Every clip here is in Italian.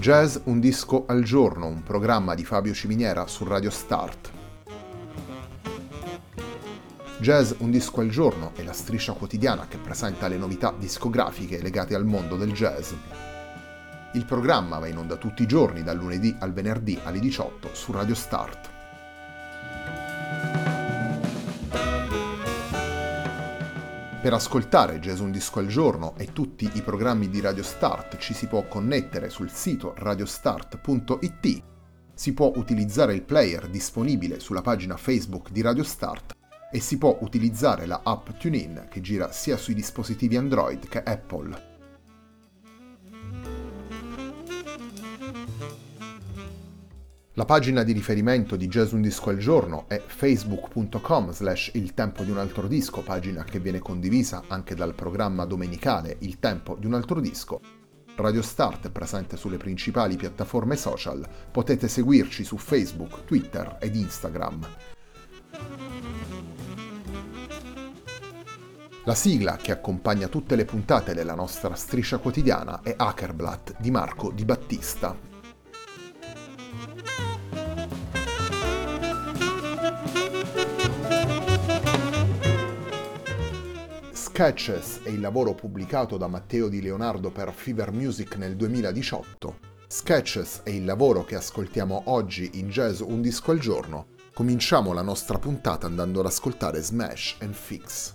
Jazz un disco al giorno, un programma di Fabio Ciminiera su Radio Start. Jazz un disco al giorno è la striscia quotidiana che presenta le novità discografiche legate al mondo del jazz. Il programma va in onda tutti i giorni, dal lunedì al venerdì alle 18 su Radio Start. Per ascoltare Jazz un disco al giorno e tutti i programmi di Radio Start ci si può connettere sul sito radiostart.it, si può utilizzare il player disponibile sulla pagina Facebook di Radio Start e si può utilizzare la app TuneIn che gira sia sui dispositivi Android che Apple. La pagina di riferimento di Jazz un disco al giorno è facebook.com/Il tempo di un altro disco, pagina che viene condivisa anche dal programma domenicale Il tempo di un altro disco. Radio Start è presente sulle principali piattaforme social, potete seguirci su Facebook, Twitter ed Instagram. La sigla che accompagna tutte le puntate della nostra striscia quotidiana è Hackerblatt di Marco Di Battista. Sketches è il lavoro pubblicato da Matteo Di Leonardo per Fever Music nel 2018. Sketches è il lavoro che ascoltiamo oggi in Jazz un disco al giorno. Cominciamo la nostra puntata andando ad ascoltare Smash and Fix.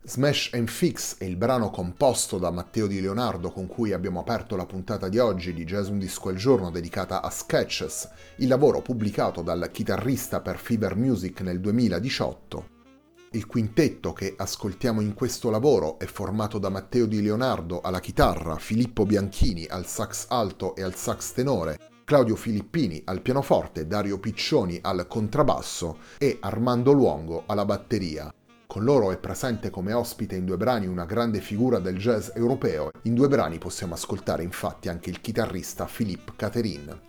Smash and Fix è il brano composto da Matteo Di Leonardo con cui abbiamo aperto la puntata di oggi di Jazz Un Disco al Giorno dedicata a Sketches, il lavoro pubblicato dal chitarrista per Fever Music nel 2018. Il quintetto che ascoltiamo in questo lavoro è formato da Matteo Di Leonardo alla chitarra, Filippo Bianchini al sax alto e al sax tenore, Claudio Filippini al pianoforte, Dario Piccioni al contrabbasso e Armando Luongo alla batteria. Con loro è presente come ospite in 2 brani una grande figura del jazz europeo. In 2 brani possiamo ascoltare infatti anche il chitarrista Philippe Catherine.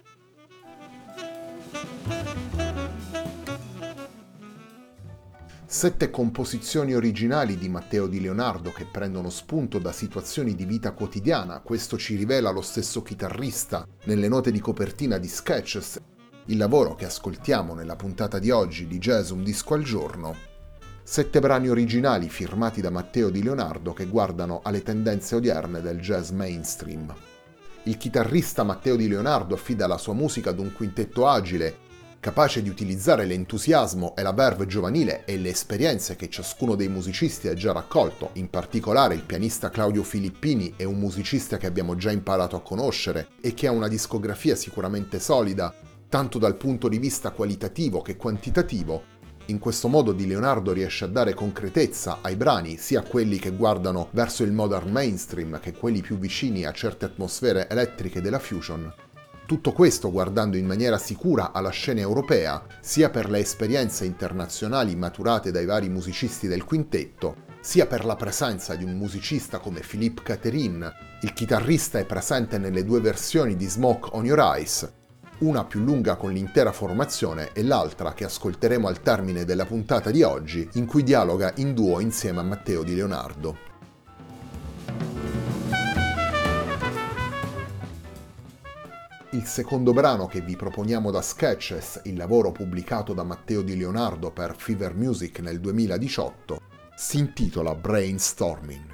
Sette composizioni originali di Matteo Di Leonardo che prendono spunto da situazioni di vita quotidiana, questo ci rivela lo stesso chitarrista nelle note di copertina di Sketches, il lavoro che ascoltiamo nella puntata di oggi di Jazz Un Disco al Giorno. 7 brani originali firmati da Matteo Di Leonardo che guardano alle tendenze odierne del jazz mainstream. Il chitarrista Matteo Di Leonardo affida la sua musica ad un quintetto agile, capace di utilizzare l'entusiasmo e la verve giovanile e le esperienze che ciascuno dei musicisti ha già raccolto, in particolare il pianista Claudio Filippini è un musicista che abbiamo già imparato a conoscere e che ha una discografia sicuramente solida, tanto dal punto di vista qualitativo che quantitativo. In questo modo Di Leonardo riesce a dare concretezza ai brani, sia quelli che guardano verso il modern mainstream che quelli più vicini a certe atmosfere elettriche della fusion. Tutto questo guardando in maniera sicura alla scena europea, sia per le esperienze internazionali maturate dai vari musicisti del quintetto, sia per la presenza di un musicista come Philippe Catherine. Il chitarrista è presente nelle 2 versioni di Smoke on Your Eyes, una più lunga con l'intera formazione e l'altra che ascolteremo al termine della puntata di oggi, in cui dialoga in duo insieme a Matteo Di Leonardo. Il secondo brano che vi proponiamo da Sketches, il lavoro pubblicato da Matteo Di Leonardo per Fever Music nel 2018, si intitola Brainstorming.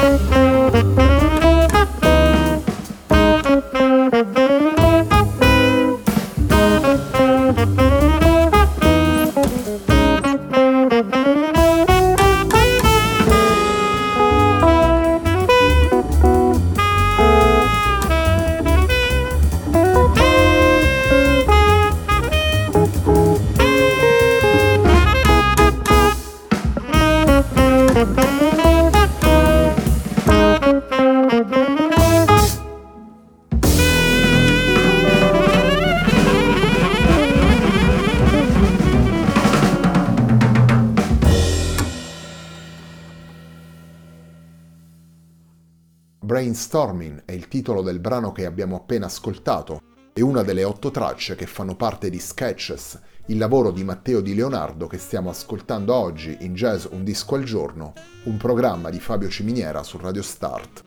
Brainstorming è il titolo del brano che abbiamo appena ascoltato e una delle 8 tracce che fanno parte di Sketches, il lavoro di Matteo Di Leonardo che stiamo ascoltando oggi in Jazz Un Disco al Giorno, un programma di Fabio Ciminiera su Radio Start.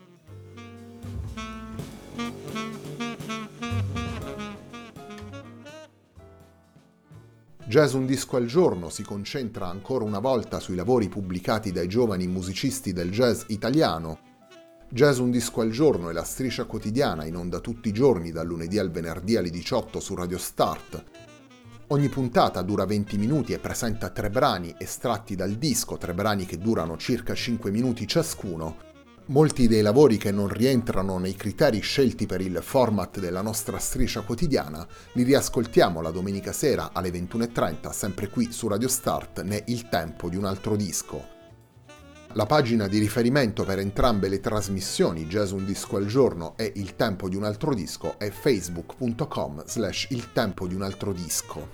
Jazz Un Disco al Giorno si concentra ancora una volta sui lavori pubblicati dai giovani musicisti del jazz italiano. Jazz Un Disco al Giorno è la striscia quotidiana in onda tutti i giorni dal lunedì al venerdì alle 18 su Radio Start. Ogni puntata dura 20 minuti e presenta 3 brani estratti dal disco, 3 brani che durano circa 5 minuti ciascuno. Molti dei lavori che non rientrano nei criteri scelti per il format della nostra striscia quotidiana li riascoltiamo la domenica sera alle 21:30 sempre qui su Radio Start ne Il tempo di un altro disco. La pagina di riferimento per entrambe le trasmissioni Jazz Un Disco al Giorno e Il tempo di un altro disco è facebook.com/Il tempo di un altro disco.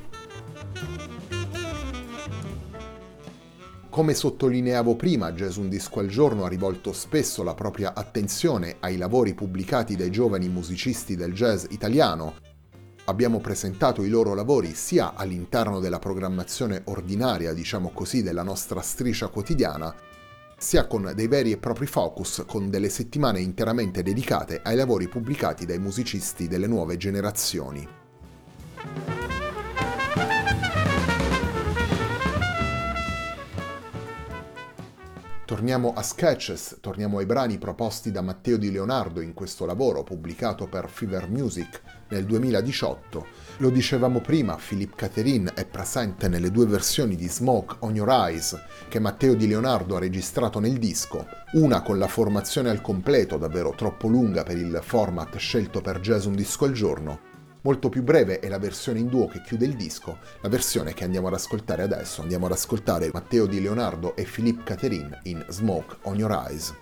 Come sottolineavo prima, Jazz Un Disco al Giorno ha rivolto spesso la propria attenzione ai lavori pubblicati dai giovani musicisti del jazz italiano. Abbiamo presentato i loro lavori sia all'interno della programmazione ordinaria, diciamo così, della nostra striscia quotidiana, sia con dei veri e propri focus, con delle settimane interamente dedicate ai lavori pubblicati dai musicisti delle nuove generazioni. Torniamo a Sketches, torniamo ai brani proposti da Matteo Di Leonardo in questo lavoro pubblicato per Fever Music nel 2018. Lo dicevamo prima, Philippe Catherine è presente nelle 2 versioni di Smoke on Your Eyes che Matteo Di Leonardo ha registrato nel disco, una con la formazione al completo davvero troppo lunga per il format scelto per Jazz Un Disco al Giorno. Molto più breve è la versione in duo che chiude il disco, la versione che andiamo ad ascoltare adesso. Andiamo ad ascoltare Matteo Di Leonardo e Philippe Catherine in Smoke on Your Eyes.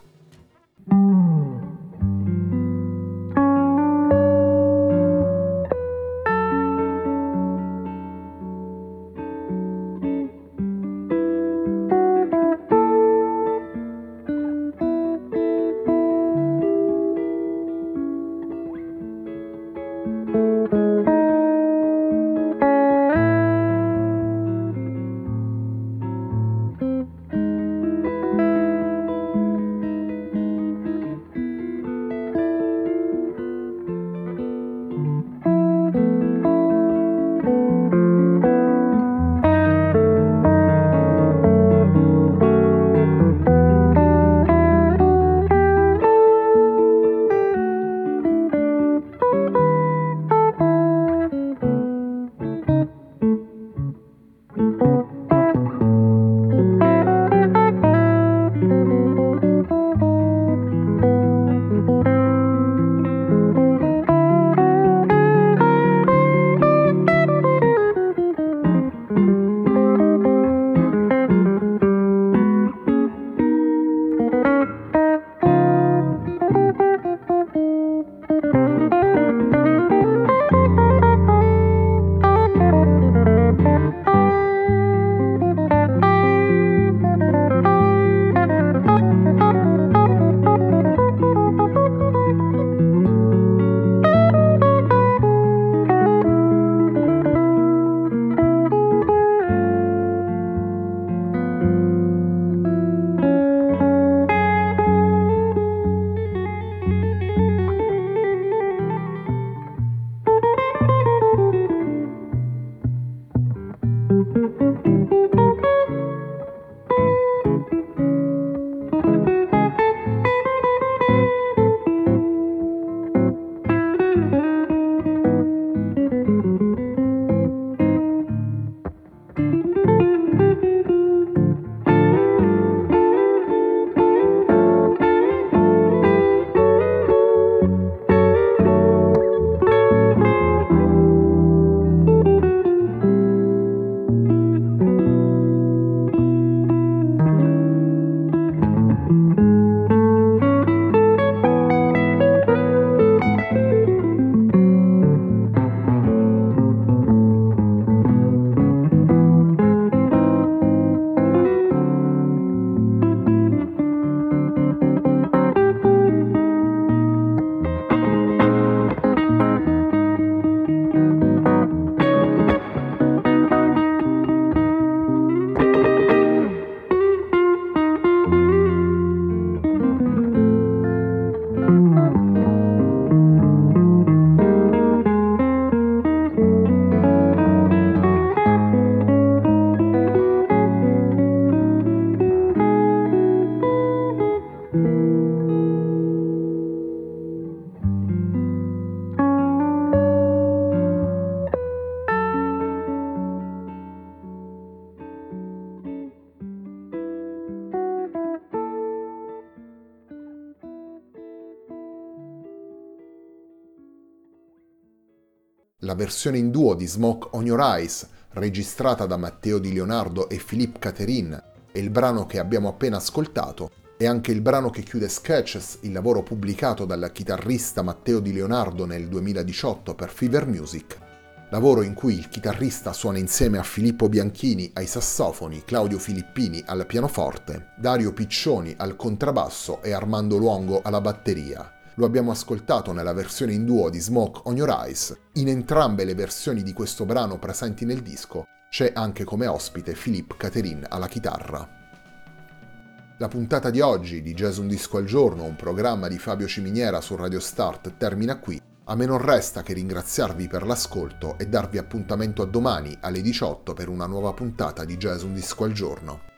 La versione in duo di Smoke on Your Eyes, registrata da Matteo Di Leonardo e Philippe Catherine, è il brano che abbiamo appena ascoltato, è anche il brano che chiude Sketches, il lavoro pubblicato dal chitarrista Matteo Di Leonardo nel 2018 per Fever Music, lavoro in cui il chitarrista suona insieme a Filippo Bianchini ai sassofoni, Claudio Filippini al pianoforte, Dario Piccioni al contrabbasso e Armando Luongo alla batteria. Lo abbiamo ascoltato nella versione in duo di Smoke on Your Eyes. In entrambe le versioni di questo brano presenti nel disco c'è anche come ospite Philippe Catherine alla chitarra. La puntata di oggi di Jazz Un Disco al Giorno, un programma di Fabio Ciminiera su Radio Start, termina qui. A me non resta che ringraziarvi per l'ascolto e darvi appuntamento a domani alle 18 per una nuova puntata di Jazz Un Disco al Giorno.